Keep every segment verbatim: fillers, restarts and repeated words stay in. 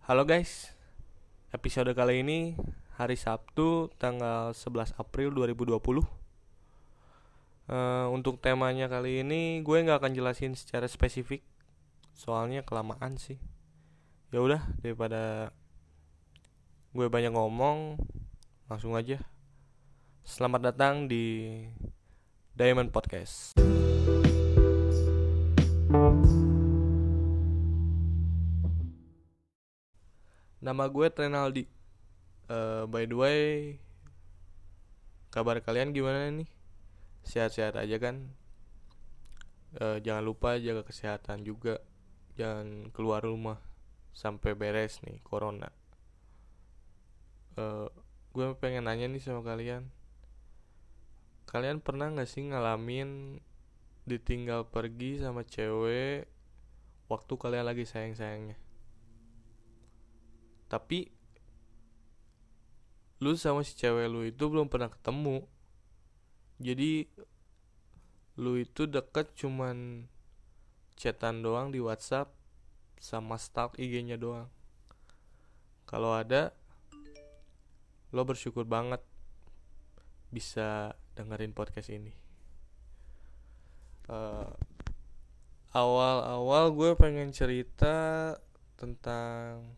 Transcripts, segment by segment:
Halo guys, episode kali ini hari Sabtu tanggal sebelas April dua ribu dua puluh. Uh, untuk temanya kali ini gue nggak akan jelasin secara spesifik, soalnya kelamaan sih. Ya udah, daripada gue banyak ngomong, langsung aja. Selamat datang di Diamond Podcast. Nama gue Trenaldi. Uh, by the way, kabar kalian gimana nih? Sehat-sehat aja kan? Uh, jangan lupa jaga kesehatan juga. Jangan keluar rumah sampai beres nih corona. Uh, gue pengen nanya nih sama kalian. Kalian pernah gak sih ngalamin ditinggal pergi sama cewek waktu kalian lagi sayang-sayangnya? Tapi lu sama si cewek lu itu belum pernah ketemu. Jadi lu itu deket cuman chatan doang di WhatsApp sama stalk I G-nya doang. Kalau ada, lo bersyukur banget bisa dengerin podcast ini. Uh, awal-awal gue pengen cerita tentang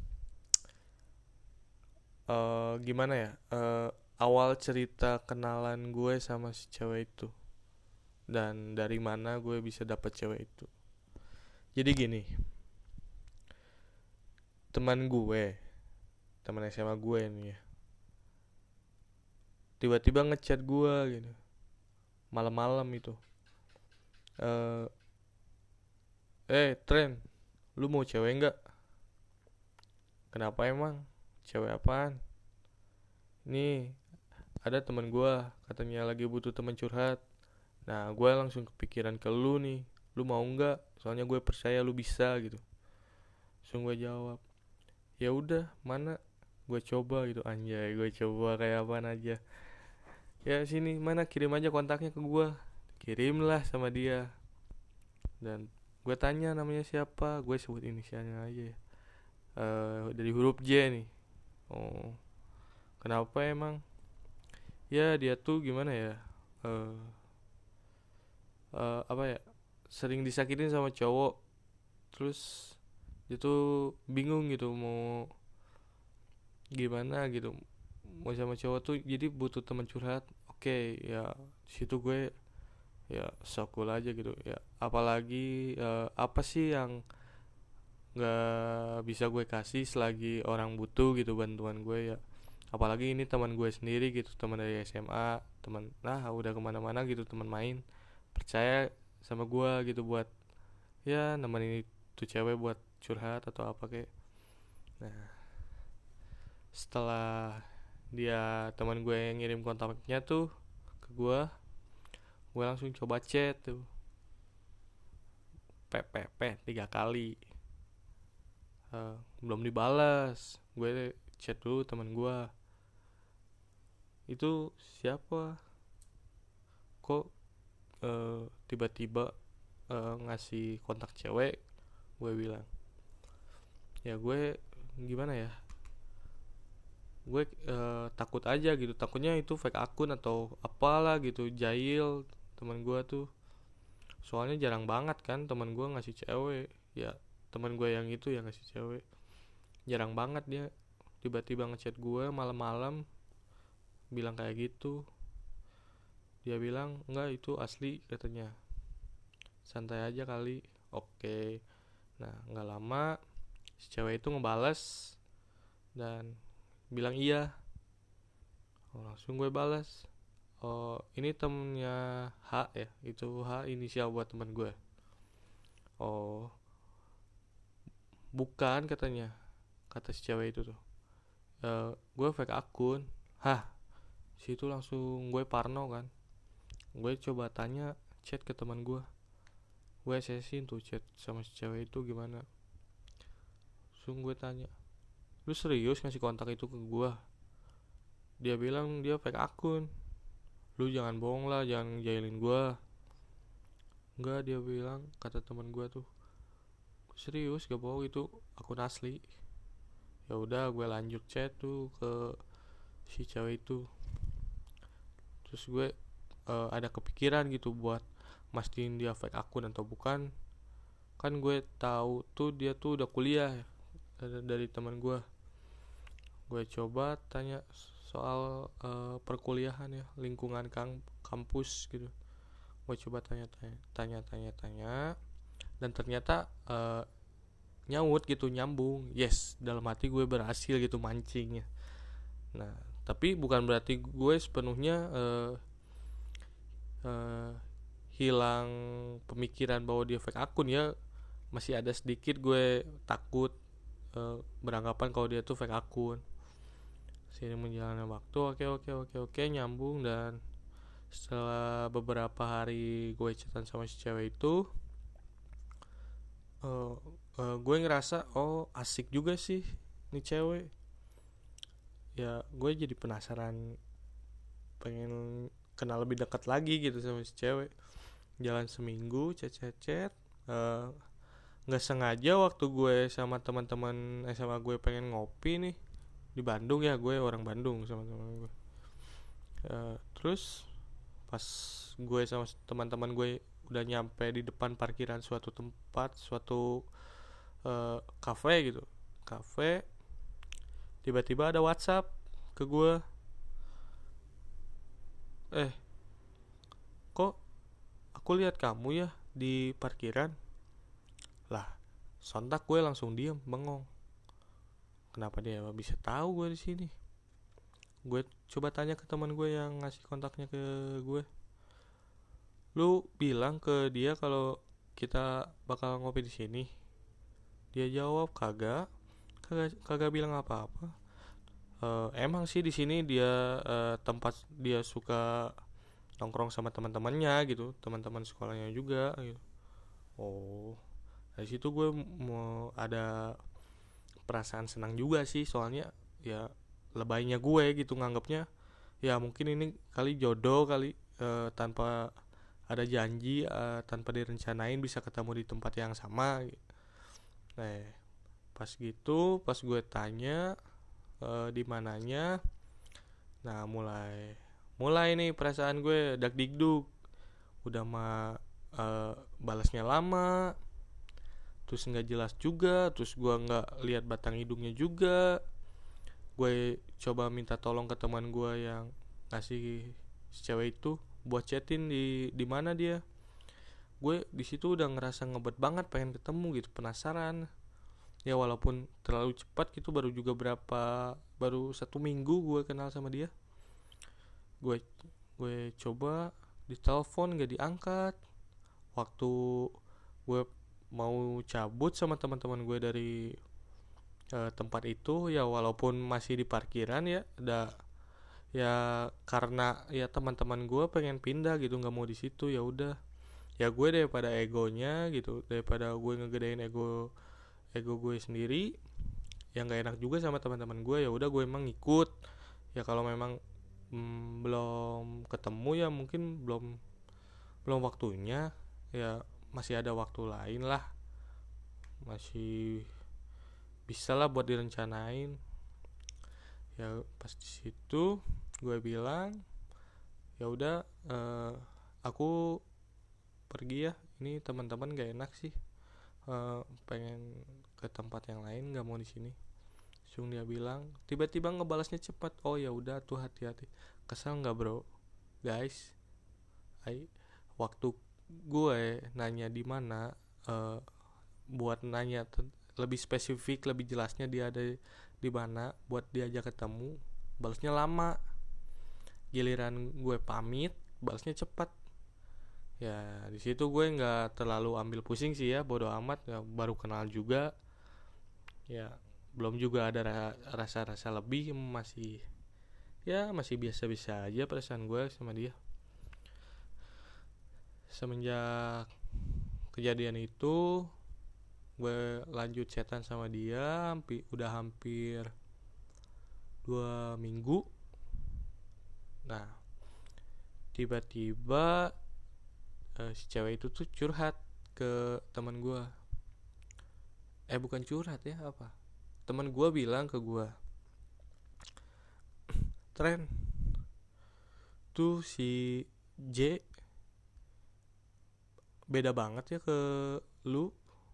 uh, gimana ya? Uh, awal cerita kenalan gue sama si cewek itu dan dari mana gue bisa dapet cewek itu. Jadi gini, teman gue, teman S M A gue nih ya, tiba-tiba ngechat gue gitu, malam-malam itu. Eh, eh Tren, lu mau cewek nggak? Kenapa emang? Cewek apaan? Nih, ada teman gue, katanya lagi butuh teman curhat. Nah, gue langsung kepikiran ke lu nih. Lu mau nggak? Soalnya gue percaya lu bisa gitu. Langsung gue jawab, ya udah, mana? Gue coba gitu, anjay, gue coba kayak apaan aja. Ya sini, mana, kirim aja kontaknya ke gue. Kirimlah sama dia. Dan gue tanya namanya siapa, gue sebut inisialnya aja ya. Uh, dari huruf J nih. Oh, kenapa emang? Ya dia tuh gimana ya? Uh, uh, apa ya? Sering disakitin sama cowok. Terus dia tuh bingung gitu mau gimana gitu. Mau sama cowok tuh jadi butuh teman curhat. Oke, okay, ya situ gue ya so cool aja gitu ya. Apalagi uh, apa sih yang nggak bisa gue kasih selagi orang butuh gitu bantuan gue ya. Apalagi ini teman gue sendiri gitu, teman dari S M A, teman, nah udah kemana-mana gitu, teman main, percaya sama gue gitu buat ya nemenin itu cewek buat curhat atau apa kayak. Nah, setelah dia teman gue yang ngirim kontaknya tuh ke gue gue langsung coba chat tuh, ppp tiga kali. Uh, belum dibalas, gue chat dulu teman gue, itu siapa kok uh, tiba-tiba uh, ngasih kontak cewek. Gue bilang, ya gue gimana ya, gue uh, takut aja gitu, takutnya itu fake akun atau apalah gitu, jahil teman gue tuh. Soalnya jarang banget kan teman gue ngasih cewek ya, teman gue yang itu yang ngasih cewek jarang banget. Dia tiba-tiba ngechat gue malam-malam bilang kayak gitu. Dia bilang enggak, itu asli katanya, santai aja kali. Oke, nah nggak lama si cewek itu ngebales dan bilang iya. Oh, langsung gue balas, oh ini temennya H ya, itu H inisial buat teman gue. Oh bukan katanya, kata si cewek itu tuh, e, gue fake akun. Hah, situ langsung gue parno kan. Gue coba tanya chat ke teman gue, gue asesin tuh chat sama si cewek itu gimana. Langsung gue tanya, lu serius ngasih kontak itu ke gue? Dia bilang dia fake akun. Lu jangan bohong lah, jangan jahilin gue. Enggak, dia bilang, kata teman gue tuh, serius gak bohong, itu akun asli. Ya udah gue lanjut chat tuh ke si cewek itu. Terus gue uh, ada kepikiran gitu buat mastiin dia fake akun atau bukan. Kan gue tahu tuh dia tuh udah kuliah ya, dari, dari teman gue. Gue coba tanya soal uh, perkuliahan ya, lingkungan kang kampus gitu. Gue coba tanya-tanya, tanya-tanya-tanya, dan ternyata uh, nyaut gitu, nyambung. Yes, dalam hati gue berhasil gitu mancingnya. Nah, tapi bukan berarti gue sepenuhnya uh, uh, hilang pemikiran bahwa dia fake akun ya. Masih ada sedikit gue takut uh, beranggapan kalau dia tuh fake akun. Seiring menjalannya waktu, oke oke oke oke nyambung. Dan setelah beberapa hari gue chatan sama si cewek itu, uh, uh, gue ngerasa oh asik juga sih nih cewek. Ya gue jadi penasaran, pengen kenal lebih dekat lagi gitu sama si cewek. Jalan seminggu chat chat chat, uh, nggak sengaja waktu gue sama teman-teman S M A gue pengen ngopi nih di Bandung ya, gue orang Bandung sama teman gue. Uh, terus pas gue sama teman-teman gue udah nyampe di depan parkiran suatu tempat, suatu uh, kafe gitu, kafe, tiba-tiba ada WhatsApp ke gue. Eh, kok aku lihat kamu ya di parkiran? Lah, sontak gue langsung diem, bengong. Kenapa dia bisa tahu gue di sini? Gue coba tanya ke teman gue yang ngasih kontaknya ke gue. Lu bilang ke dia kalau kita bakal ngopi di sini? Dia jawab kagak, kagak, kagak bilang apa-apa. Uh, emang sih di sini dia uh, tempat dia suka nongkrong sama teman-temannya gitu, teman-teman sekolahnya juga gitu. Oh, dari situ gue mau ada perasaan senang juga sih, soalnya ya lebaynya gue gitu nganggapnya ya mungkin ini kali jodoh kali, uh, tanpa ada janji, uh, tanpa direncanain bisa ketemu di tempat yang sama gitu. Nah, pas gitu, pas gue tanya uh, di mananya, nah mulai mulai nih perasaan gue dak dikduk. Udah mah uh, balasnya lama, terus nggak jelas juga, terus gue nggak lihat batang hidungnya juga. Gue coba minta tolong ke teman gue yang ngasih si cewek itu buat chatin di di mana dia. Gue di situ udah ngerasa ngebet banget pengen ketemu gitu, penasaran. Ya walaupun terlalu cepat gitu, baru juga berapa baru satu minggu gue kenal sama dia. Gue gue coba ditelepon nggak diangkat. Waktu gue mau cabut sama teman-teman gue dari uh, tempat itu, ya walaupun masih di parkiran ya, ada ya karena ya teman-teman gue pengen pindah gitu, nggak mau di situ. Ya udah, ya gue daripada egonya gitu, daripada gue ngegedein ego ego gue sendiri, yang nggak enak juga sama teman-teman gue, ya udah gue emang ngikut. Ya kalau memang mm, belum ketemu ya mungkin belum belum waktunya, ya masih ada waktu lain lah, masih bisa lah buat direncanain. Ya pas di situ gue bilang ya udah, uh, aku pergi ya, ini teman-teman gak enak sih, uh, pengen ke tempat yang lain, nggak mau di sini. Langsung dia bilang, tiba-tiba ngebalasnya cepat, oh ya udah tuh, hati-hati. Kesel nggak bro, guys? Ay, waktu gue nanya di mana, uh, buat nanya t- lebih spesifik, lebih jelasnya dia ada di mana buat diajak ketemu, balasnya lama. Giliran gue pamit, balasnya cepat. Ya di situ gue nggak terlalu ambil pusing sih ya, bodo amat, ya, baru kenal juga. Ya belum juga ada ra- rasa-rasa lebih, masih ya masih biasa-biasa aja perasaan gue sama dia. Semenjak kejadian itu gue lanjut chatan sama dia hampir udah hampir dua minggu. Nah tiba-tiba uh, si cewek itu tuh curhat ke teman gue. Eh bukan curhat ya, apa, teman gue bilang ke gue, Tren, tuh si J beda banget ya ke lu.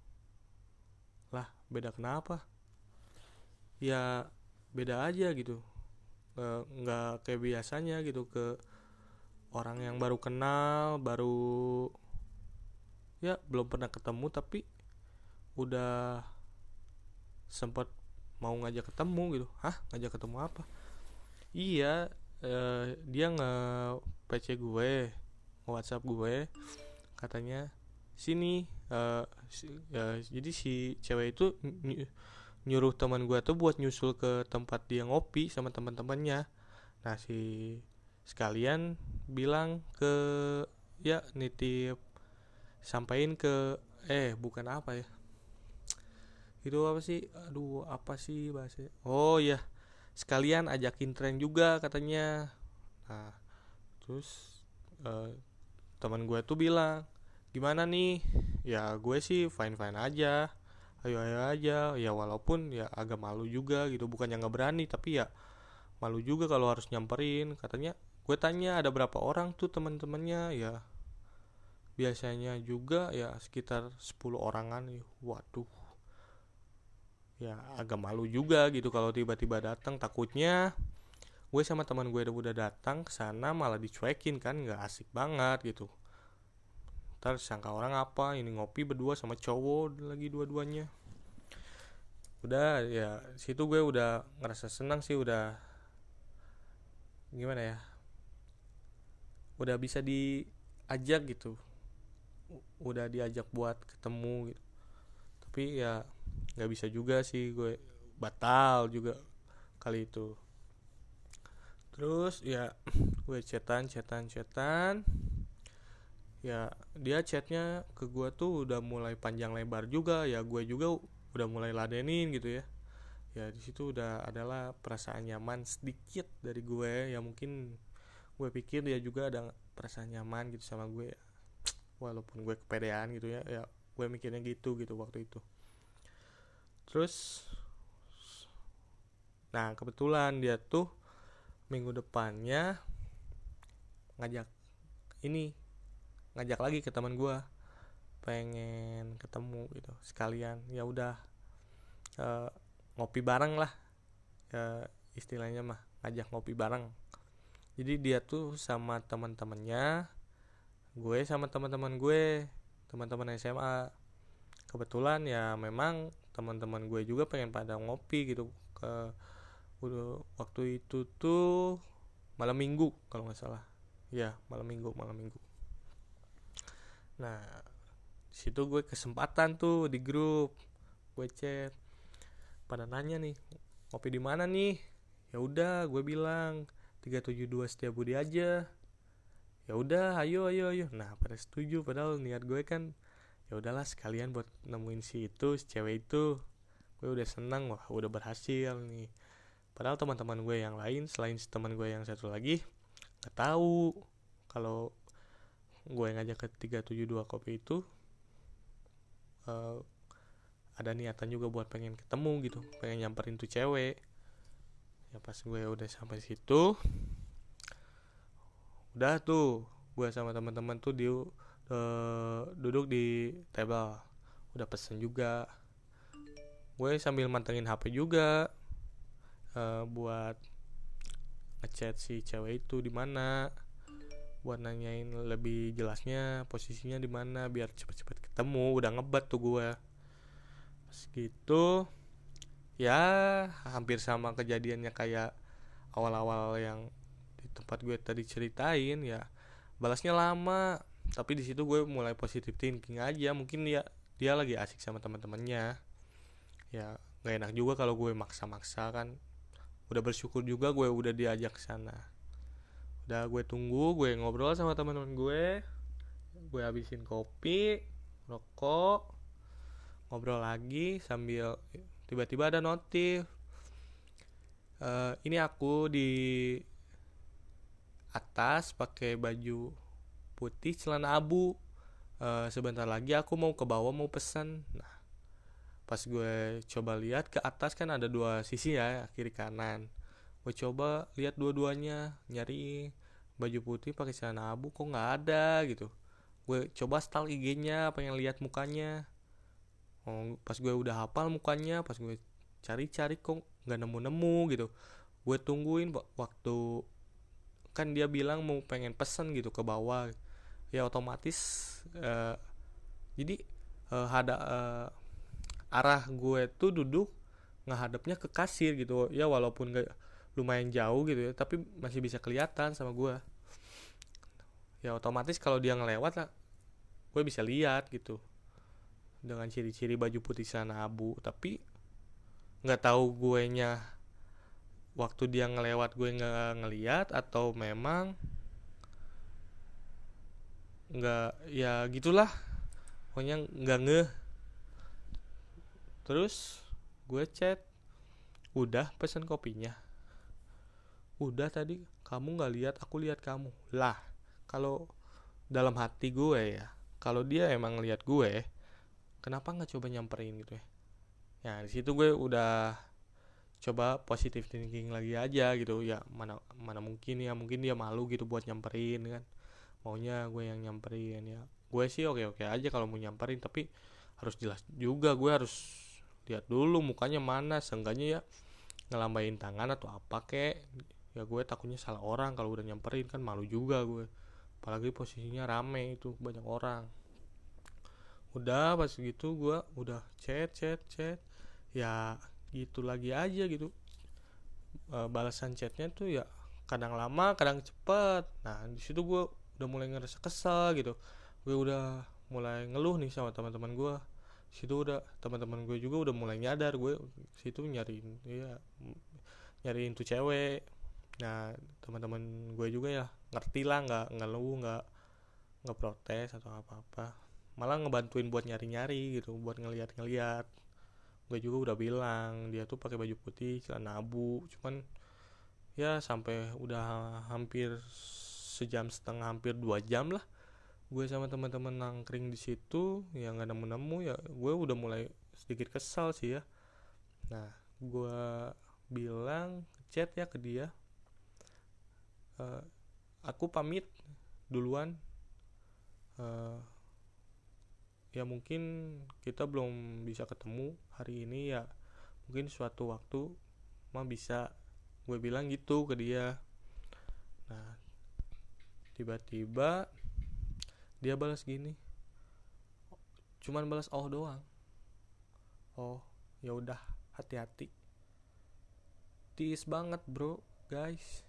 Lah, beda kenapa? Ya beda aja gitu. Nggak, nggak kayak biasanya gitu, ke orang yang baru kenal, baru ya belum pernah ketemu tapi udah sempat mau ngajak ketemu gitu. Hah, ngajak ketemu apa? Iya, eh, dia nge P C gue, nge WhatsApp gue, katanya sini, eh, si- ya, jadi si cewek itu ny- nyuruh teman gue tuh buat nyusul ke tempat dia ngopi sama teman-temannya. Nah, si sekalian bilang ke, ya nitip, sampaikan ke, eh bukan apa ya, itu apa sih, aduh apa sih bahasanya, oh ya, sekalian ajakin tren juga katanya. Nah, terus eh, teman gue tuh bilang, gimana nih? Ya gue sih fine fine aja, ayo ayo aja ya, walaupun ya agak malu juga gitu, bukannya nggak berani tapi ya malu juga kalau harus nyamperin. Katanya, gue tanya ada berapa orang tuh teman-temannya, ya biasanya juga ya sekitar sepuluh orangan ya. Waduh, ya agak malu juga gitu kalau tiba-tiba datang, takutnya gue sama teman gue udah datang ke sana malah dicuekin kan, nggak asik banget gitu. Ntar sangka orang apa ini ngopi berdua sama cowok lagi dua-duanya. Udah ya, situ gue udah ngerasa senang sih, udah gimana ya, udah bisa diajak gitu, udah diajak buat ketemu gitu. Tapi ya nggak bisa juga sih, gue batal juga kali itu. Terus ya gue chatan chatan chatan, ya dia chatnya ke gue tuh udah mulai panjang lebar juga, ya gue juga udah mulai ladenin gitu ya. Ya di situ udah adalah perasaan nyaman sedikit dari gue, ya mungkin gue pikir dia juga ada perasaan nyaman gitu sama gue ya. Walaupun gue kepedean gitu ya, ya gue mikirnya gitu gitu waktu itu. Terus nah kebetulan dia tuh minggu depannya ngajak ini, ngajak lagi ke teman gue, pengen ketemu gitu sekalian, ya udah, eh, ngopi bareng lah, ya istilahnya mah ngajak ngopi bareng. Jadi dia tuh sama teman-temannya, gue sama teman-teman gue, teman-teman S M A. Kebetulan ya memang teman-teman gue juga pengen pada ngopi gitu, ke udah waktu itu tuh malam minggu kalau nggak salah, ya malam minggu malam minggu. Nah, situ gue kesempatan tuh di grup, gue chat, pada nanya nih ngopi di mana nih. Ya udah gue bilang tiga tujuh dua Setiabudi aja. Ya udah, ayo ayo ayo. Nah, pada setuju, padahal niat gue kan ya udahlah sekalian buat nemuin si itu, si cewek itu. Gue udah senang, wah udah berhasil nih. Padahal teman-teman gue yang lain selain si teman gue yang satu lagi nggak tahu kalau gue ngajak ke tiga tujuh dua kopi itu, uh, ada niatan juga buat pengen ketemu gitu, pengen nyamperin tuh cewek. Ya pas gue udah sampai situ, udah tuh gue sama teman-teman tuh di uh, duduk di table, udah pesen juga. Gue sambil mantengin H P juga, uh, buat ngechat si cewek itu di mana, buat nanyain lebih jelasnya posisinya di mana biar cepet-cepet ketemu. Udah ngebat tuh gue pas gitu. Ya hampir sama kejadiannya kayak awal-awal yang di tempat gue tadi ceritain, ya balasnya lama. Tapi di situ gue mulai positive thinking aja, mungkin dia dia lagi asik sama teman-temannya. Ya nggak enak juga kalau gue maksa-maksa kan. Udah bersyukur juga gue udah diajak sana. Udah gue tunggu, gue ngobrol sama teman-teman gue, gue habisin kopi, rokok, ngobrol lagi sambil tiba-tiba ada notif. Uh, ini aku di atas pakai baju putih celana abu. Uh, sebentar lagi aku mau ke bawah mau pesan. Nah, Pas gue coba lihat ke atas kan ada dua sisi ya, kiri kanan. Gue coba lihat dua-duanya, nyari baju putih pakai celana abu kok nggak ada gitu. Gue coba stalk I G-nya, pengen lihat mukanya. Oh, pas gue udah hafal mukanya, pas gue cari-cari kok nggak nemu-nemu gitu. Gue tungguin waktu, kan dia bilang mau pengen pesen gitu ke bawah. Ya otomatis uh, jadi uh, ada uh, arah gue tuh duduk ngehadapnya ke kasir gitu ya, walaupun gak lumayan jauh gitu ya, tapi masih bisa kelihatan sama gue. Ya otomatis kalau dia ngelewat lah, gue bisa lihat gitu dengan ciri-ciri baju putih sana abu. Tapi nggak tahu gue nya waktu dia ngelewat gue nggak ngeliat atau memang nggak, ya gitulah pokoknya nggak ngeh. Terus gue chat, udah pesen kopinya, udah tadi kamu nggak lihat, aku lihat kamu lah. Kalau dalam hati gue ya, kalau dia emang lihat gue, kenapa nggak coba nyamperin gitu ya. Ya di situ gue udah coba positive thinking lagi aja gitu ya, mana mana mungkin ya, mungkin dia malu gitu buat nyamperin kan, maunya gue yang nyamperin. Ya gue sih oke oke aja kalau mau nyamperin, tapi harus jelas juga, gue harus lihat dulu mukanya mana, seenggaknya ya ngelambain tangan atau apa kek. Ya gue takutnya salah orang kalau udah nyamperin, kan malu juga gue, apalagi posisinya rame itu banyak orang. Udah pas gitu gue udah chat chat chat ya gitu lagi aja gitu. E, balasan chatnya tuh ya kadang lama kadang cepet. Nah di situ gue udah mulai ngerasa kesal gitu, gue udah mulai ngeluh nih sama teman-teman gue. Situ udah teman-teman gue juga udah mulai nyadar gue situ nyariin, ya nyariin tuh cewek. Nah teman-teman gue juga ya ngerti lah, nggak ngeluh, nggak nggak protes atau apa-apa, malah ngebantuin buat nyari-nyari gitu, buat ngeliat-ngeliat. Gue juga udah bilang dia tuh pakai baju putih celana abu, cuman ya sampai udah hampir sejam setengah, hampir dua jam lah gue sama teman-teman nangkring di situ ya nggak nemu-nemu. Ya gue udah mulai sedikit kesal sih ya. Nah gue bilang chat ya ke dia, e, aku pamit duluan, e, ya mungkin kita belum bisa ketemu hari ini, ya mungkin suatu waktu mah bisa, gue bilang gitu ke dia. Nah tiba-tiba dia balas gini, cuman balas oh doang. Oh ya udah, hati-hati. Tiis banget bro guys.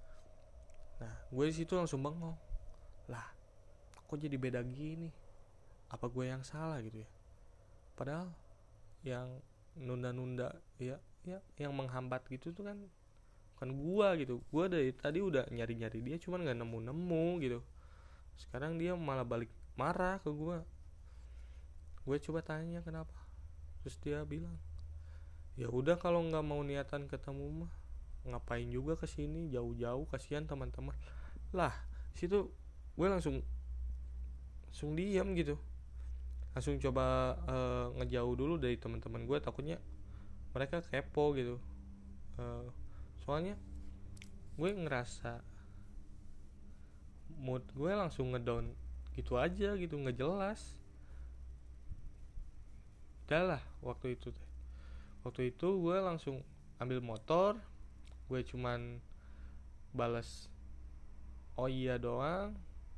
Nah gue di situ langsung bengong, lah kok jadi beda gini, apa gue yang salah gitu ya. Padahal yang nunda-nunda ya ya yang menghambat gitu tuh kan kan gue gitu. Gue dari tadi udah nyari-nyari dia cuman nggak nemu-nemu gitu. Sekarang dia malah balik marah ke gue. Gue coba tanya kenapa, terus dia bilang, ya udah kalau nggak mau niatan ketemu mah ngapain juga kesini jauh-jauh, kasihan teman-teman. Lah situ gue langsung langsung diam gitu, langsung coba uh, ngejauh dulu dari teman-teman gue, takutnya mereka kepo gitu. Uh, soalnya gue ngerasa mood gue langsung ngedown gitu aja gitu, nggak jelas. Udah lah waktu itu waktu itu gue langsung ambil motor, gue cuman balas oh iya doang.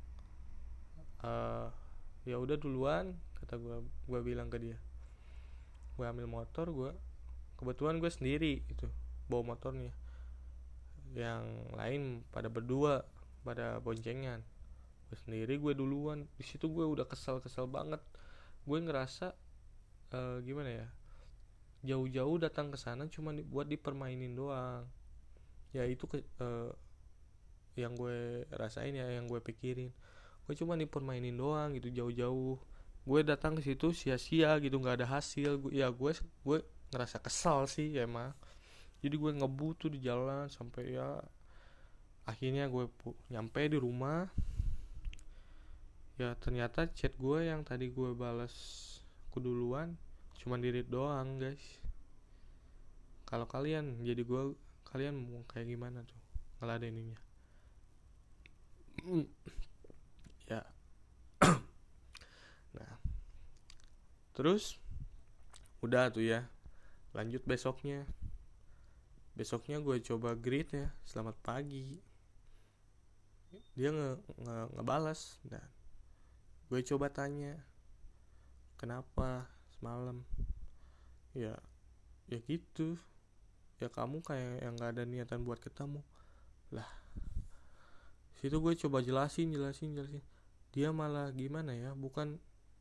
Uh, ya udah duluan kata gue, gue bilang ke dia. Gue ambil motor, gue kebetulan gue sendiri itu bawa motornya, yang lain pada berdua pada boncengan, gue sendiri, gue duluan. Di situ gue udah kesel-kesel banget. Gue ngerasa uh, gimana ya, jauh-jauh datang ke sana cuma di, buat dipermainin doang. Ya itu ke, uh, yang gue rasain ya, yang gue pikirin. Gue cuma dipermainin doang gitu, jauh-jauh. Gue datang ke situ sia-sia gitu, nggak ada hasil. Gue, ya gue gue ngerasa kesal sih ya emang. Jadi gue ngebut tuh di jalan sampai ya akhirnya gue pu- nyampe di rumah. Ya ternyata chat gue yang tadi gue balas aku duluan cuman di-read doang guys. Kalau kalian jadi gue, kalian mau kayak gimana tuh ngeladeninnya? Ya. Nah, terus udah tuh ya, lanjut besoknya. Besoknya gue coba greet ya, selamat pagi. Dia nge, nge ngebalas. Dan gue coba tanya, kenapa semalam? Ya, ya gitu. Ya kamu kayak yang nggak ada niatan buat ketemu. Lah, situ gue coba jelasin, jelasin, jelasin. Dia malah gimana ya? Bukan.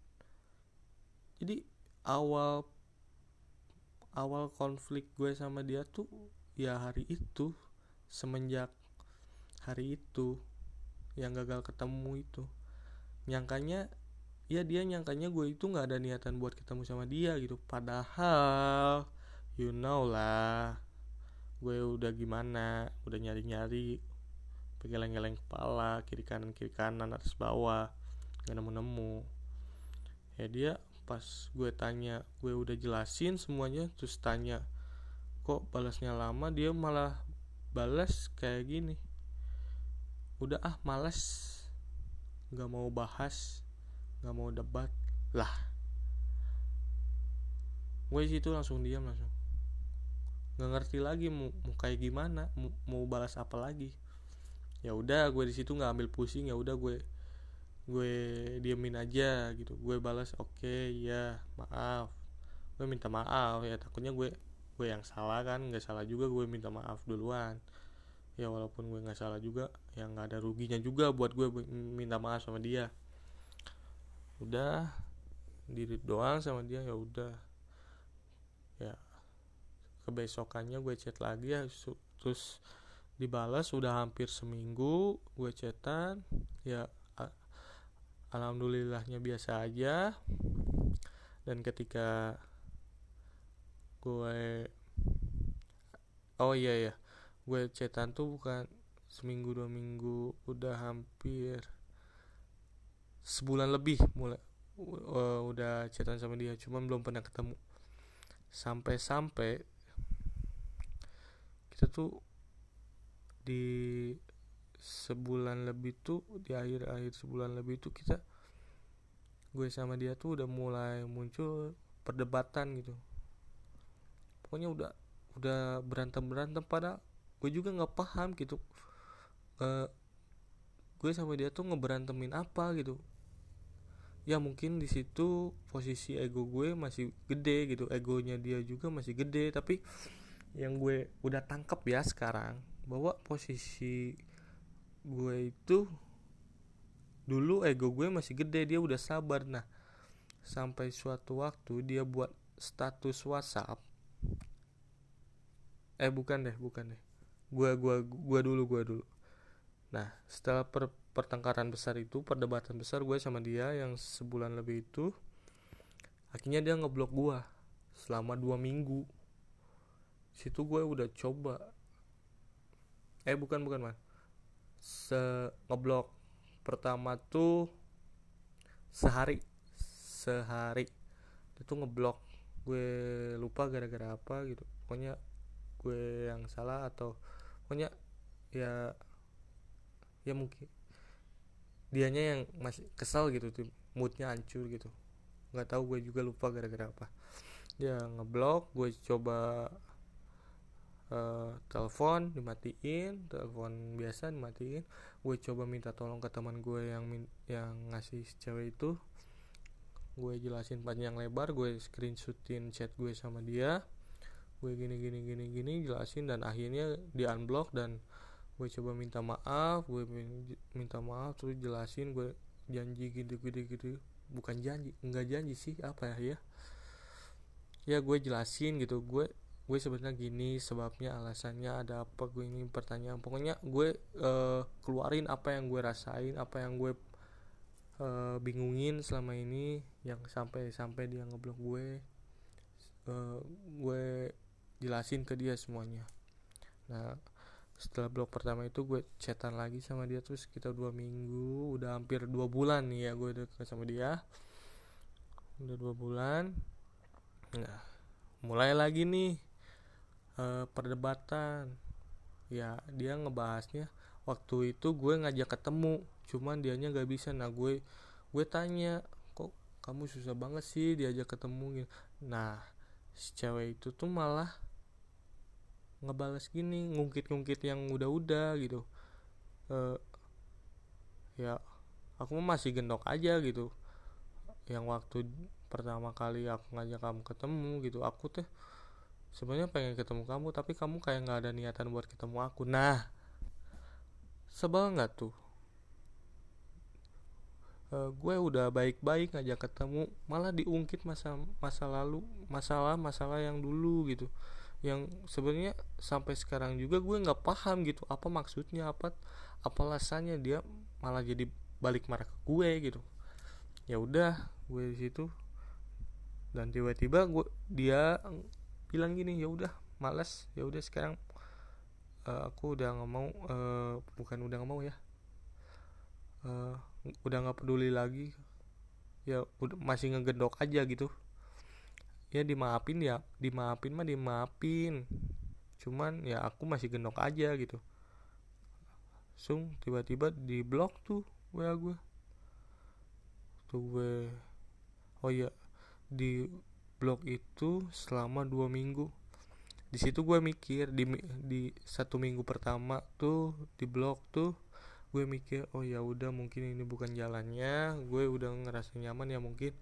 Jadi awal awal konflik gue sama dia tuh ya hari itu, semenjak hari itu yang gagal ketemu itu, nyangkanya ya dia nyangkanya gue itu nggak ada niatan buat ketemu sama dia gitu. Padahal you know lah, gue udah gimana, udah nyari-nyari, geleng-geleng kepala, kiri kanan kiri kanan atas bawah, nggak nemu-nemu. Ya dia pas gue tanya, gue udah jelasin semuanya, terus tanya kok balasnya lama, dia malah balas kayak gini, udah ah malas, nggak mau bahas, nggak mau debat. Lah, gue situ langsung diam, langsung nggak ngerti lagi mau, mau kayak gimana, mau, mau balas apa lagi. Ya udah gue di situ nggak ambil pusing, ya udah gue gue diemin aja gitu. Gue balas oke okay, ya maaf, gue minta maaf ya, takutnya gue gue yang salah kan, nggak salah juga gue minta maaf duluan. Ya walaupun gue nggak salah juga, ya nggak ada ruginya juga buat gue minta maaf sama dia. Udah diri doang sama dia, ya udah. Ya kebesokannya gue chat lagi ya, terus dibalas. Udah hampir seminggu gue chatan, ya alhamdulillahnya biasa aja. Dan ketika gue oh iya ya gue chatan tuh bukan seminggu dua minggu, udah hampir sebulan lebih mulai uh, udah chatan sama dia, cuman belum pernah ketemu. Sampai-sampai kita tuh di sebulan lebih tuh, di akhir-akhir sebulan lebih tuh kita, gue sama dia tuh udah mulai muncul perdebatan gitu. Pokoknya udah udah berantem berantem padahal gue juga nggak paham gitu, uh, gue sama dia tuh ngeberantemin apa gitu. Ya mungkin di situ posisi ego gue masih gede gitu, egonya dia juga masih gede. Tapi yang gue udah tangkep ya sekarang, bahwa posisi gue itu dulu ego gue masih gede, dia udah sabar. Nah sampai suatu waktu dia buat status WhatsApp, eh bukan deh bukan deh gue gue gue dulu gue dulu Nah setelah per, pertengkaran besar itu, perdebatan besar gue sama dia yang sebulan lebih itu, akhirnya dia ngeblok gue selama dua minggu. Situ gue udah coba, eh bukan bukan man, se ngeblok pertama tuh sehari sehari itu ngeblok. Gue lupa gara-gara apa gitu, pokoknya gue yang salah atau pokoknya ya ya mungkin dianya yang masih kesal gitu tuh, moodnya hancur gitu, nggak tahu, gue juga lupa gara-gara apa. Dia ngeblok, gue coba uh, telepon dimatiin, telepon biasa dimatiin. Gue coba minta tolong ke teman gue yang min- yang ngasih cewek itu, gue jelasin panjang lebar, gue screenshotin chat gue sama dia, gue gini gini gini gini jelasin, dan akhirnya di unblock. Dan gue coba minta maaf, gue minta maaf terus jelasin, gue janji gitu gitu gitu bukan janji, enggak janji sih, apa ya ya gue jelasin gitu, gue gue sebenarnya gini sebabnya, alasannya ada apa, gue ini pertanyaan, pokoknya gue uh, keluarin apa yang gue rasain, apa yang gue uh, bingungin selama ini, yang sampai sampai dia ngeblok gue. uh, gue jelasin ke dia semuanya. Nah setelah blok pertama itu gue chatan lagi sama dia terus sekitar dua minggu, udah hampir dua bulan nih ya gue deket sama dia, udah dua bulan. Nah, mulai lagi nih eh, perdebatan. Ya dia ngebahasnya, waktu itu gue ngajak ketemu cuman dianya gak bisa. Nah gue gue tanya, kok kamu susah banget sih diajak ketemu gitu. Nah si cewek itu tuh malah ngebales gini, ngungkit-ngungkit yang udah-udah gitu. eh, Ya aku masih gendok aja gitu, yang waktu pertama kali aku ngajak kamu ketemu gitu, aku tuh sebenarnya pengen ketemu kamu tapi kamu kayak nggak ada niatan buat ketemu aku. Nah sebel nggak tuh? Eh, gue udah baik-baik ngajak ketemu malah diungkit masa masa lalu, masalah-masalah yang dulu gitu, yang sebenarnya sampai sekarang juga gue nggak paham gitu apa maksudnya, apa apa alasannya dia malah jadi balik marah ke gue gitu. Ya udah gue di situ, dan tiba-tiba gue dia bilang gini, ya udah malas, ya udah sekarang eh, aku udah nggak mau, eh, bukan udah nggak mau ya, eh, udah nggak peduli lagi. Ya udah masih ngegedok aja gitu. Ya dimaafin, ya dimaafin mah dimaafin, cuman ya aku masih gendok aja gitu. Sung tiba-tiba di blok tuh W A gue tuh gue. Oh iya, di blok itu selama dua minggu. Di situ gue mikir, di di satu minggu pertama tuh di blok tuh gue mikir, oh ya udah mungkin ini bukan jalannya, gue udah ngerasa nyaman, ya mungkin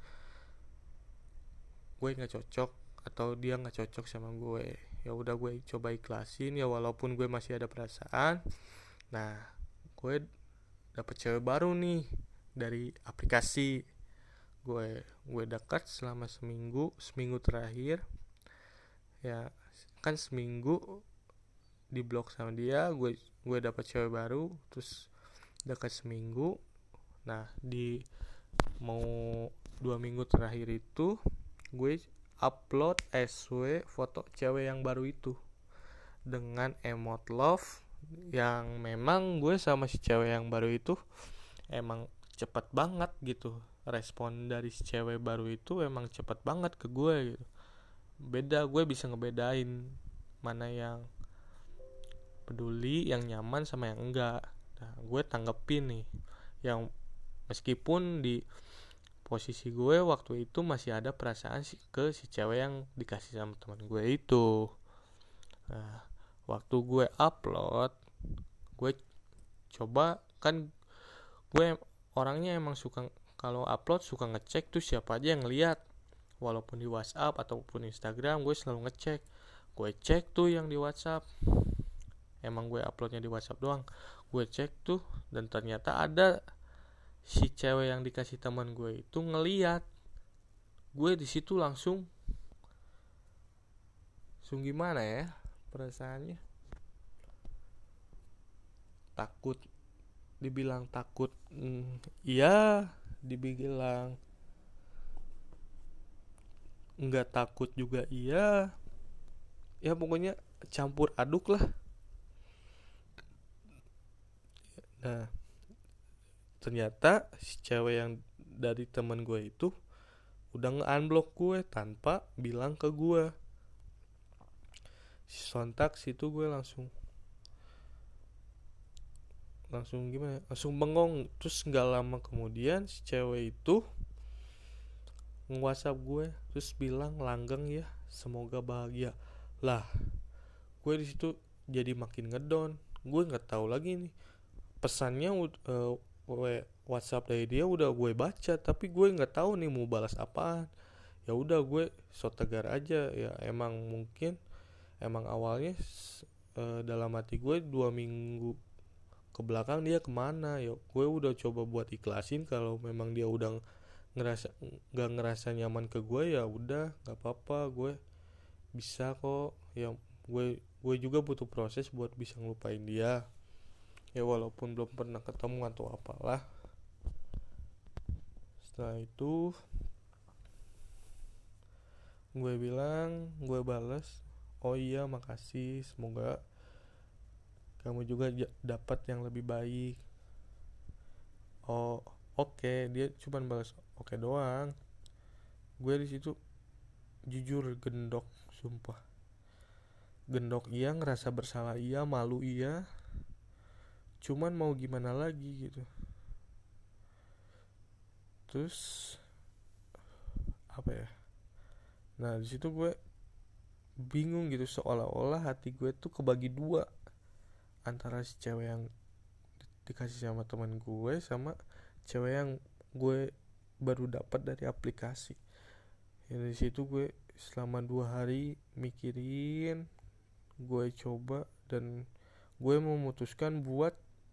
gue nggak cocok atau dia nggak cocok sama gue. Ya udah gue coba ikhlasin ya, walaupun gue masih ada perasaan. Nah gue dapet cewek baru nih dari aplikasi. Gue gue dekat selama seminggu seminggu terakhir. Ya kan seminggu di blok sama dia, gue gue dapet cewek baru, terus dekat seminggu. Nah di mau dua minggu terakhir itu gue upload S W foto cewek yang baru itu dengan emot love, yang memang gue sama si cewek yang baru itu emang cepet banget gitu. Respon dari si cewek baru itu emang cepet banget ke gue gitu. Beda, gue bisa ngebedain mana yang peduli, yang nyaman, sama yang enggak. Nah gue tanggepin nih, yang meskipun di posisi gue waktu itu masih ada perasaan ke si cewek yang dikasih sama teman gue itu. Nah waktu gue upload, gue coba kan, gue orangnya emang suka kalau upload suka ngecek tuh siapa aja yang ngeliat, walaupun di WhatsApp ataupun Instagram gue selalu ngecek. Gue cek tuh yang di WhatsApp, emang gue uploadnya di WhatsApp doang. Gue cek tuh dan ternyata ada si cewek yang dikasih teman gue itu ngeliat. Gue di situ langsung langsung gimana ya perasaannya, takut. Dibilang takut, hmm, iya. Dibilang nggak takut juga iya. Ya pokoknya campur aduk lah. Nah ternyata si cewek yang dari teman gue itu udah nge-unblock gue tanpa bilang ke gue. Sontak situ gue langsung langsung gimana, langsung bengong. Terus nggak lama kemudian si cewek itu nge-WhatsApp gue terus bilang langgeng ya, semoga bahagia. Lah gue di situ jadi makin ngedon. Gue nggak tahu lagi nih pesannya, uh, WhatsApp dari dia udah gue baca tapi gue nggak tahu nih mau balas apaan. Ya udah gue so tegar aja ya, emang mungkin emang awalnya uh, dalam hati gue dua minggu ke belakang dia kemana. Ya gue udah coba buat ikhlasin, kalau memang dia udah ngerasa nggak ngerasa nyaman ke gue ya udah nggak apa-apa, gue bisa kok. Ya gue gue juga butuh proses buat bisa ngelupain dia, ya walaupun belum pernah ketemu atau apalah. Setelah itu gue bilang, gue balas, oh iya makasih, semoga kamu juga j- dapat yang lebih baik. Oh oke, okay. Dia cuma balas oke okay doang. Gue di situ jujur gendok, sumpah. Gendok iya, ngerasa bersalah iya, malu iya, cuman mau gimana lagi gitu. Terus apa ya, nah di situ gue bingung gitu, seolah-olah hati gue tuh kebagi dua antara si cewek yang dikasih sama teman gue sama cewek yang gue baru dapat dari aplikasi. Ya dari situ gue selama dua hari mikirin, gue coba dan gue memutuskan buat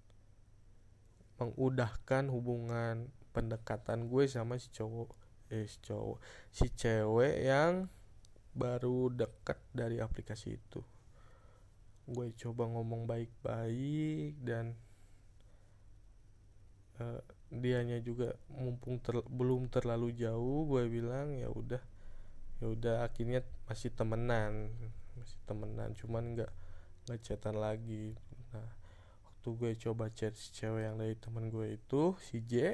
mengudahkan hubungan pendekatan gue sama si cowok eh si cowok si cewek yang baru dekat dari aplikasi itu. Gue coba ngomong baik-baik dan uh, dianya juga mumpung ter, belum terlalu jauh, gue bilang ya udah, ya udah akhirnya masih temenan, masih temenan, cuman nggak nggak chatan lagi. Nah, waktu gue coba chat si cewek yang dari temen gue itu, si J,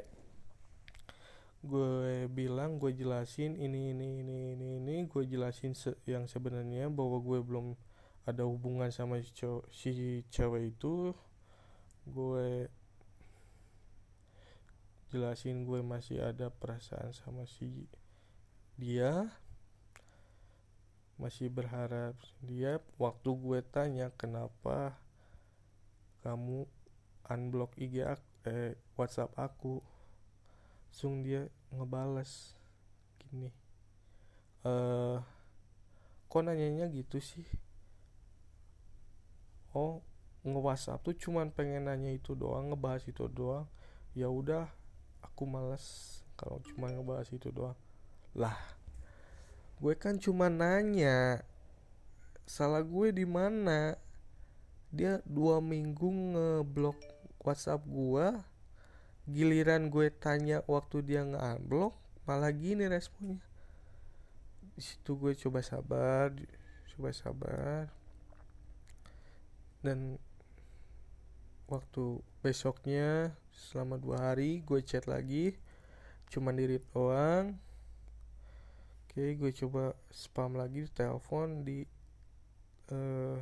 gue bilang, gue jelasin ini ini ini ini ini gue jelasin se- yang sebenarnya bahwa gue belum ada hubungan sama si, cow- si cewek itu. Gue jelasin gue masih ada perasaan sama si dia, masih berharap dia. Waktu gue tanya kenapa kamu unblock I G aku, eh WhatsApp aku, langsung dia ngebales gini, eh kok nanyanya gitu sih? Oh, nge-WhatsApp tuh cuman pengen nanya itu doang, ngebahas itu doang. Ya udah, aku males kalau cuma ngebahas itu doang. Lah, gue kan cuma nanya, salah gue di mana? Dia dua minggu ngeblok WhatsApp gue, giliran gue tanya waktu dia nge-unblock malah gini responnya. Di situ gue coba sabar, coba sabar, dan waktu besoknya selama dua hari gue chat lagi, cuman di read doang. Oke, gue coba spam lagi telepon di uh,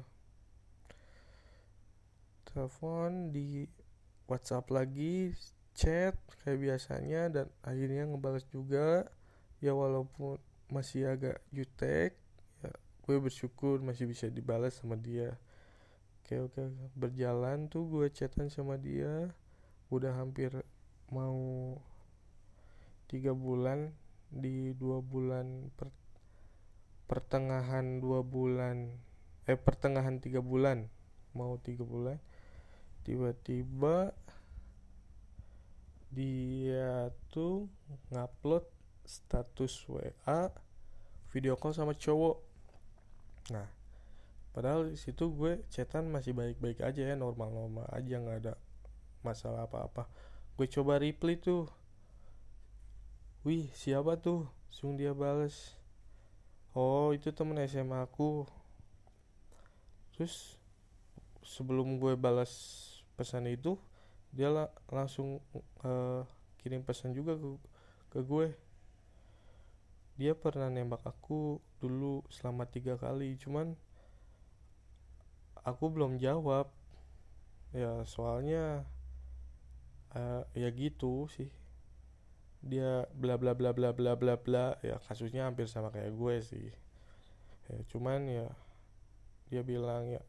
telepon di WhatsApp lagi, chat kayak biasanya, dan akhirnya ngebales juga. Ya walaupun masih agak jutek, ya gue bersyukur masih bisa dibalas sama dia. Oke oke, berjalan tuh gue chatan sama dia, udah hampir mau tiga bulan. Di dua bulan per, pertengahan dua bulan eh pertengahan tiga bulan, mau tiga bulan, tiba-tiba dia tuh ngupload status W A video call sama cowok. Nah, padahal di situ gue chatan masih baik-baik aja ya, normal-normal aja, nggak ada masalah apa-apa. Gue coba reply tuh, wih siapa tuh? Langsung dia bales, oh itu temen S M A aku. Terus sebelum gue balas pesan itu, dia la- langsung uh, kirim pesan juga ke, ke gue. Dia pernah nembak aku dulu selama tiga kali, cuman aku belum jawab. Ya soalnya uh, ya gitu sih. Dia bla bla bla bla bla bla bla. Ya kasusnya hampir sama kayak gue sih. Ya, cuman ya dia bilang ya,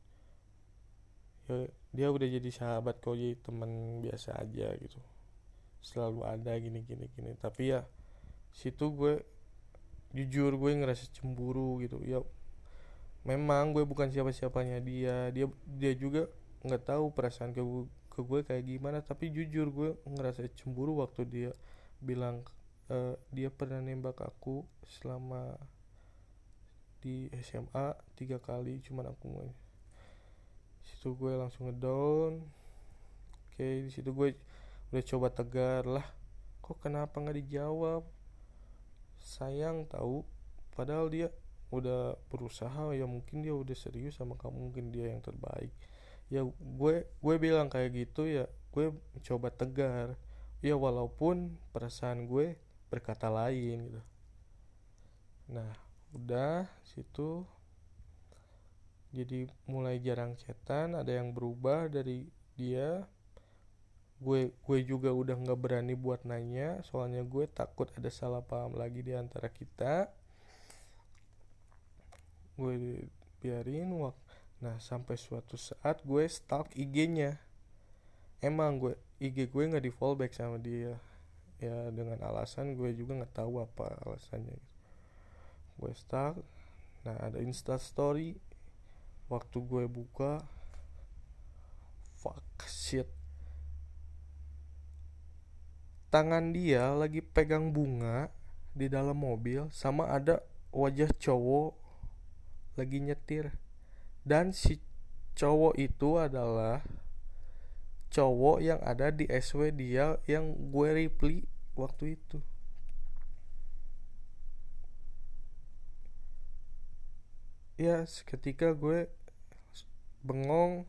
ya dia udah jadi sahabat kok, jadi teman biasa aja gitu. Selalu ada gini gini gini. Tapi ya situ gue jujur gue ngerasa cemburu gitu. Ya memang gue bukan siapa-siapanya dia. Dia dia juga nggak tahu perasaan ke gue, ke gue kayak gimana. Tapi jujur gue ngerasa cemburu waktu dia bilang uh, dia pernah nembak aku selama di S M A tiga kali, cuman aku mau. Situ gue langsung ngedown. Oke, di situ gue udah coba tegar lah, kok kenapa nggak dijawab, sayang tahu, padahal dia udah berusaha, ya mungkin dia udah serius sama kamu, mungkin dia yang terbaik. Ya gue gue bilang kayak gitu, ya gue coba tegar, ya walaupun perasaan gue berkata lain gitu. Nah, Udah situ jadi mulai jarang chatan, ada yang berubah dari dia. Gue gue juga udah nggak berani buat nanya, soalnya gue takut ada salah paham lagi di antara kita. Gue biarin waktu. Nah, sampai suatu saat gue stalk I G-nya. Emang gue I G gue nggak di fallback sama dia, ya dengan alasan gue juga nggak tahu apa alasannya. Gue stalk. Nah, ada Insta Story. Waktu gue buka, fuck shit, tangan dia lagi pegang bunga di dalam mobil, sama ada wajah cowok lagi nyetir. Dan si cowok itu adalah cowok yang ada di S W dia yang gue reply waktu itu. Ya, seketika gue bengong,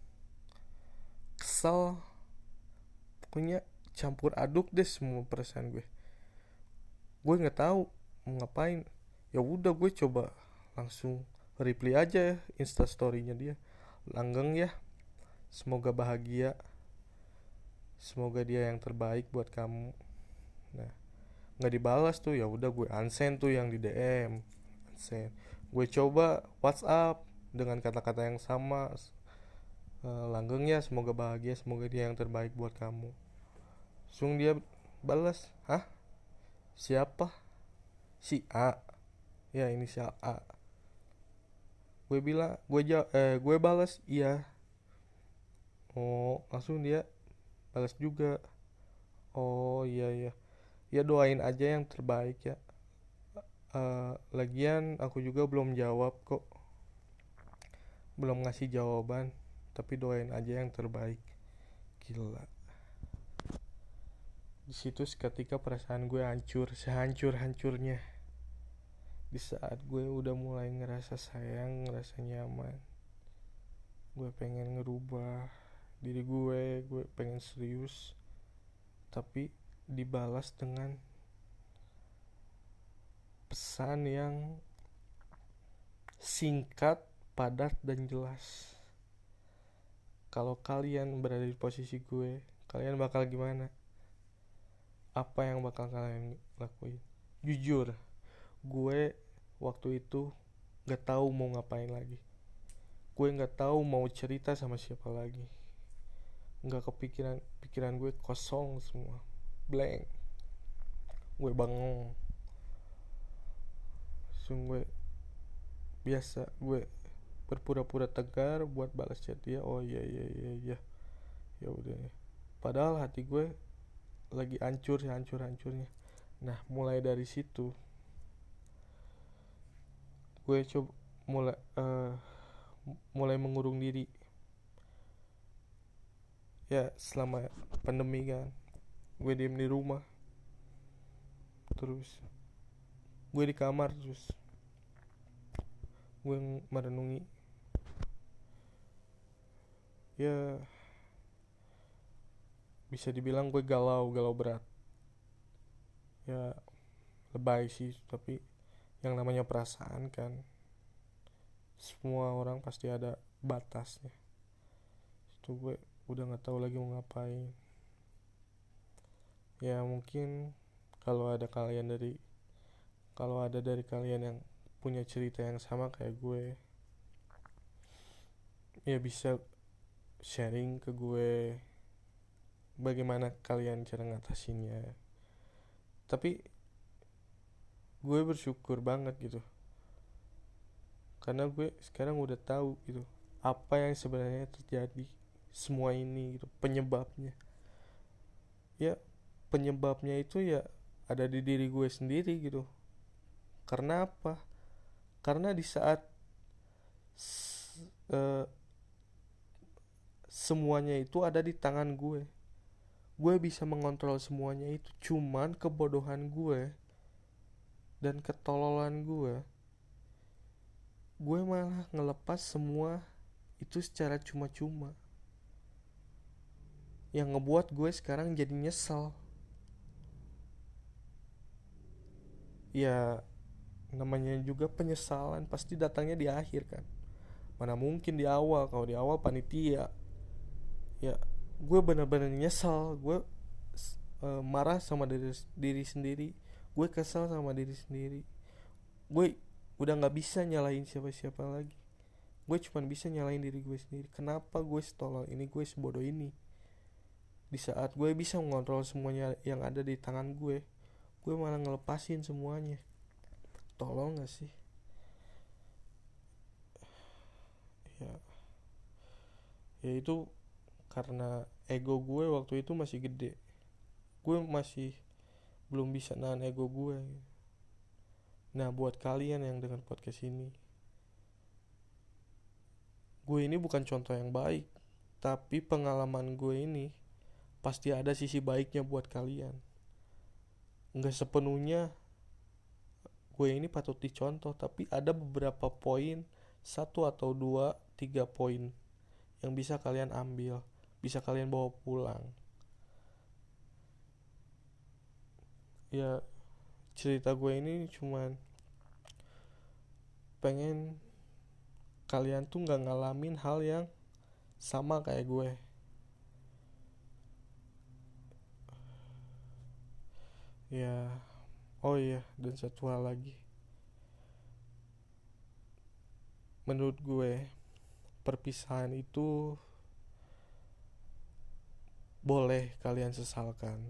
kesel, pokoknya campur aduk deh semua perasaan gue. Gue nggak tahu mau ngapain. Ya udah, gue coba langsung reply aja ya Insta story-nya dia. Langgeng ya, semoga bahagia, semoga dia yang terbaik buat kamu. Nah, nggak dibalas tuh. Ya udah, gue unsend tuh yang di D M, unsend. Gue coba WhatsApp dengan kata-kata yang sama, e, langgeng ya, semoga bahagia, semoga dia yang terbaik buat kamu. Langsung dia balas, hah, siapa? Si A. Ya, inisial A. Gue bilang, gue jawab, eh gue balas iya. Oh, langsung dia balas juga, oh iya iya, ya doain aja yang terbaik ya. Eh, lagian aku juga belum jawab kok, belum ngasih jawaban, tapi doain aja yang terbaik. Gila. Di situ seketika perasaan gue hancur, sehancur-hancurnya. Di saat gue udah mulai ngerasa sayang, ngerasa nyaman, gue pengen ngerubah diri gue, gue pengen serius, tapi dibalas dengan pesan yang singkat, padat, dan jelas. Kalau kalian berada di posisi gue, kalian bakal gimana? Apa yang bakal kalian lakuin? Jujur, gue waktu itu gak tahu mau ngapain lagi. Gue gak tahu mau cerita sama siapa lagi. Gak kepikiran, pikiran gue kosong semua, blank. Gue bengong. Sungguh biasa gue berpura-pura tegar buat balas chat dia. Oh iya iya iya iya, ya udah ya. Padahal hati gue lagi hancur hancur hancurnya. Nah, mulai dari situ gue coba mulai uh, mulai mengurung diri. Ya, selama pandemi kan, gue diem di rumah terus. Gue di kamar terus gue merenungi. Ya, bisa dibilang gue galau galau berat. Ya, lebay sih, tapi yang namanya perasaan kan, semua orang pasti ada batasnya. Itu gue udah nggak tahu lagi mau ngapain. Ya mungkin kalau ada kalian dari kalau ada dari kalian yang punya cerita yang sama kayak gue, ya bisa sharing ke gue bagaimana kalian cara ngatasinnya. Tapi gue bersyukur banget gitu, karena gue sekarang udah tahu gitu apa yang sebenarnya terjadi, semua ini gitu, penyebabnya. Ya, penyebabnya itu ya ada di diri gue sendiri gitu. Karena apa? Karena di saat uh, semuanya itu ada di tangan gue, gue bisa mengontrol semuanya itu. Cuman kebodohan gue dan ketololan gue, gue malah ngelepas semua itu secara cuma-cuma, yang ngebuat gue sekarang jadi nyesel. Ya, namanya juga penyesalan pasti datangnya di akhir kan, mana mungkin di awal. Kalau di awal panitia, ya gue bener-bener nyesel, gue uh, marah sama diri diri sendiri, gue kesal sama diri sendiri, gue udah nggak bisa nyalain siapa-siapa lagi, gue cuma bisa nyalain diri gue sendiri. Kenapa gue setolol ini, gue sebodoh ini, di saat gue bisa mengontrol semuanya yang ada di tangan gue gue malah ngelepasin semuanya. Tolong gak sih? Ya, ya itu karena ego gue waktu itu masih gede, gue masih belum bisa nahan ego gue. Nah, buat kalian yang dengar podcast ini, gue ini bukan contoh yang baik, tapi pengalaman gue ini pasti ada sisi baiknya buat kalian. Nggak sepenuhnya gue ini patut dicontoh, tapi ada beberapa poin, satu atau dua, tiga poin yang bisa kalian ambil, bisa kalian bawa pulang. Ya, cerita gue ini cuman pengen kalian tuh nggak ngalamin hal yang sama kayak gue. Ya, oh iya, dan satu hal lagi. Menurut gue, perpisahan itu boleh kalian sesalkan,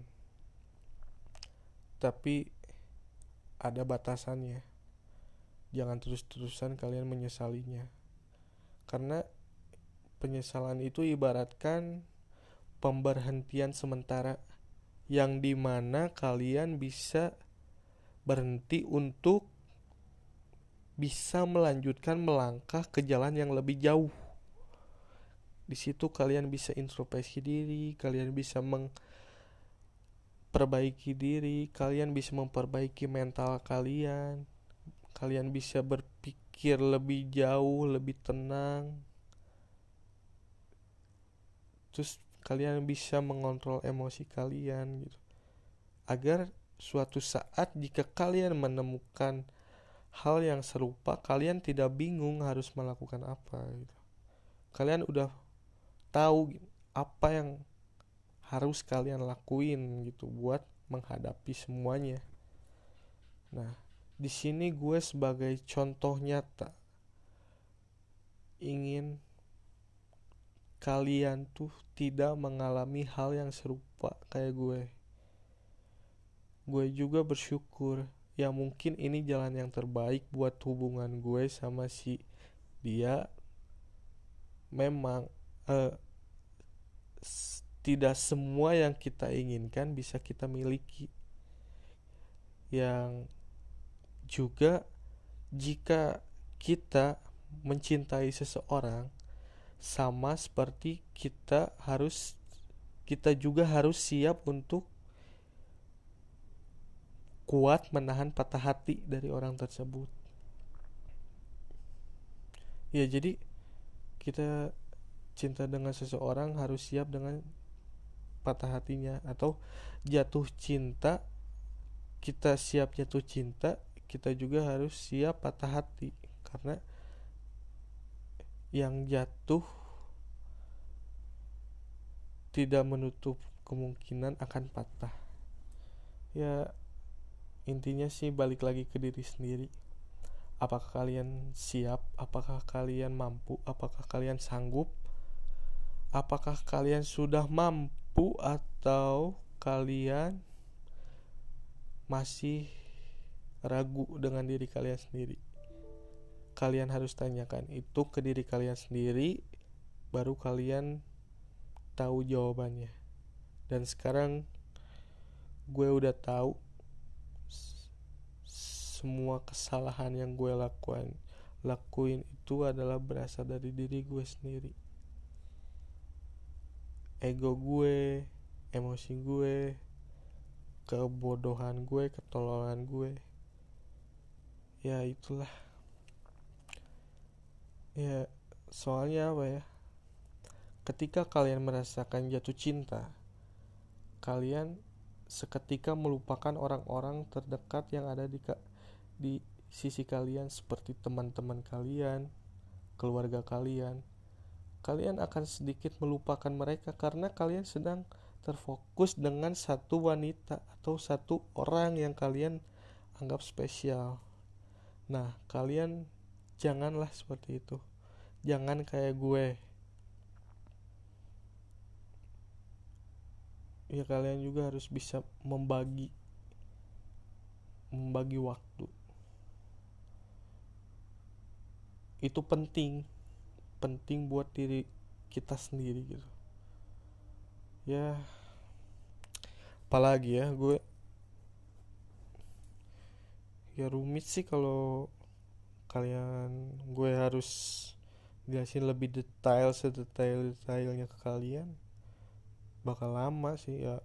tapi ada batasannya. Jangan terus-terusan kalian menyesalinya, karena penyesalan itu ibaratkan pemberhentian sementara yang dimana kalian bisa berhenti untuk bisa melanjutkan melangkah ke jalan yang lebih jauh. Di situ kalian bisa introspeksi diri, kalian bisa memperbaiki diri, kalian bisa memperbaiki mental kalian, kalian bisa berpikir lebih jauh, lebih tenang. Terus kalian bisa mengontrol emosi kalian gitu, agar suatu saat jika kalian menemukan hal yang serupa, kalian tidak bingung harus melakukan apa gitu. Kalian udah tahu apa yang harus kalian lakuin gitu buat menghadapi semuanya. Nah, di sini gue sebagai contoh nyata ingin kalian tuh tidak mengalami hal yang serupa kayak gue. Gue juga bersyukur ya mungkin ini jalan yang terbaik buat hubungan gue sama si dia. Memang eh, tidak semua yang kita inginkan bisa kita miliki. Yang juga jika kita mencintai seseorang, sama seperti kita harus kita juga harus siap untuk kuat menahan patah hati dari orang tersebut. Ya, jadi kita cinta dengan seseorang harus siap dengan patah hatinya, atau jatuh cinta, kita siap jatuh cinta, kita juga harus siap patah hati, karena yang jatuh tidak menutup kemungkinan akan patah. Ya, intinya sih balik lagi ke diri sendiri. Apakah kalian siap? Apakah kalian mampu? Apakah kalian sanggup? Apakah kalian sudah mampu atau kalian masih ragu dengan diri kalian sendiri? Kalian harus tanyakan itu ke diri kalian sendiri, baru kalian tahu jawabannya. Dan sekarang gue udah tahu semua kesalahan yang gue lakuin lakuin itu adalah berasal dari diri gue sendiri. Ego gue, emosi gue, kebodohan gue, ketololan gue. Ya itulah. Ya, soalnya apa ya? Ketika kalian merasakan jatuh cinta, kalian seketika melupakan orang-orang terdekat yang ada di di sisi kalian seperti teman-teman kalian, keluarga kalian, kalian akan sedikit melupakan mereka karena kalian sedang terfokus dengan satu wanita atau satu orang yang kalian anggap spesial. Nah, kalian janganlah seperti itu. Jangan kayak gue. Ya kalian juga harus bisa membagi membagi waktu. Itu penting, penting buat diri kita sendiri gitu. Ya, apalagi ya gue ya rumit sih kalau kalian gue harus jelasin lebih detail sedetail-detailnya ke kalian, bakal lama sih ya.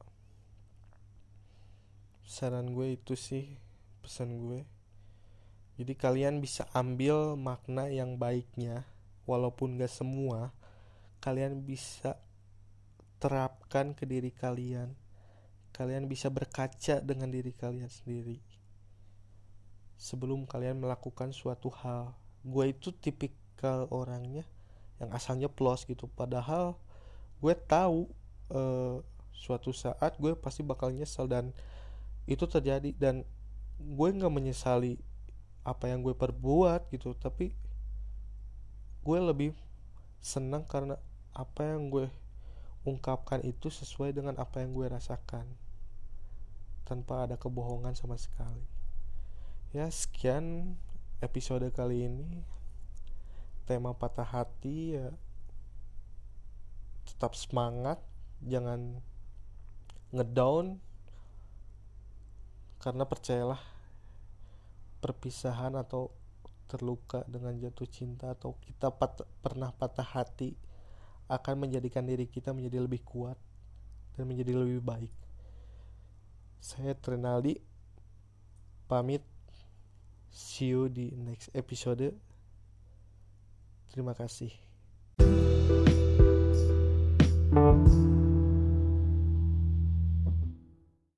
Saran gue itu sih, pesan gue. Jadi kalian bisa ambil makna yang baiknya, walaupun gak semua, kalian bisa terapkan ke diri kalian. Kalian bisa berkaca dengan diri kalian sendiri sebelum kalian melakukan suatu hal. Gue itu tipikal orangnya yang asalnya plus gitu, padahal gue tahu uh, suatu saat gue pasti bakal nyesel, dan itu terjadi. Dan gue nggak menyesali apa yang gue perbuat gitu, tapi gue lebih senang karena apa yang gue ungkapkan itu sesuai dengan apa yang gue rasakan, tanpa ada kebohongan sama sekali. Ya, sekian episode kali ini. Tema patah hati ya, tetap semangat, jangan ngedown, karena percayalah, perpisahan atau terluka dengan jatuh cinta atau kita pat- pernah patah hati akan menjadikan diri kita menjadi lebih kuat dan menjadi lebih baik. Saya Trinaldi pamit, see you di next episode. Terima kasih.